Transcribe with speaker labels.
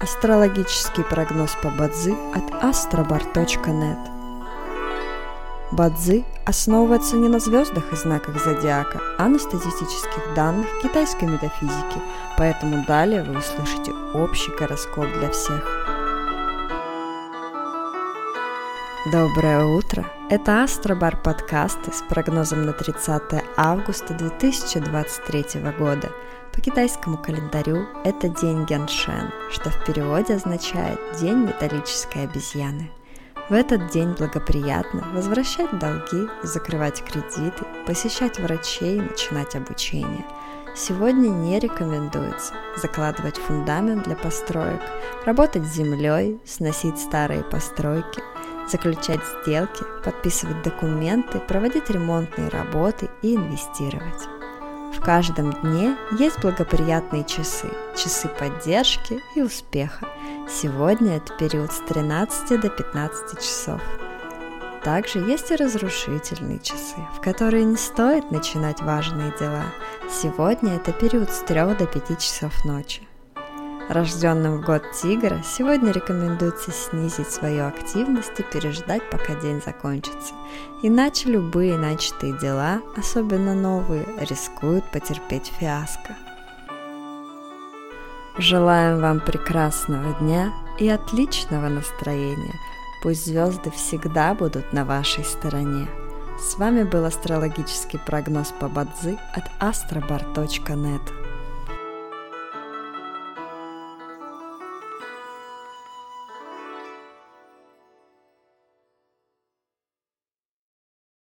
Speaker 1: Астрологический прогноз по Бадзи от astrobar.net. Бадзи основывается не на звездах и знаках зодиака, а на статистических данных китайской метафизики, поэтому далее вы услышите общий гороскоп для всех. Доброе утро! Это Астробар подкасты с прогнозом на 30 августа 2023 года. По китайскому календарю это день Гяншен, что в переводе означает «день металлической обезьяны». В этот день благоприятно возвращать долги, закрывать кредиты, посещать врачей и начинать обучение. Сегодня не рекомендуется закладывать фундамент для построек, работать с землей, сносить старые постройки, заключать сделки, подписывать документы, проводить ремонтные работы и инвестировать. В каждом дне есть благоприятные часы поддержки и успеха. Сегодня это период с 13 до 15 часов. Также есть и разрушительные часы, в которые не стоит начинать важные дела. Сегодня это период с 3 до 5 часов ночи. Рожденным в год тигра сегодня рекомендуется снизить свою активность и переждать, пока день закончится. Иначе любые начатые дела, особенно новые, рискуют потерпеть фиаско. Желаем вам прекрасного дня и отличного настроения. Пусть звезды всегда будут на вашей стороне. С вами был астрологический прогноз по Бадзи от astrobar.net.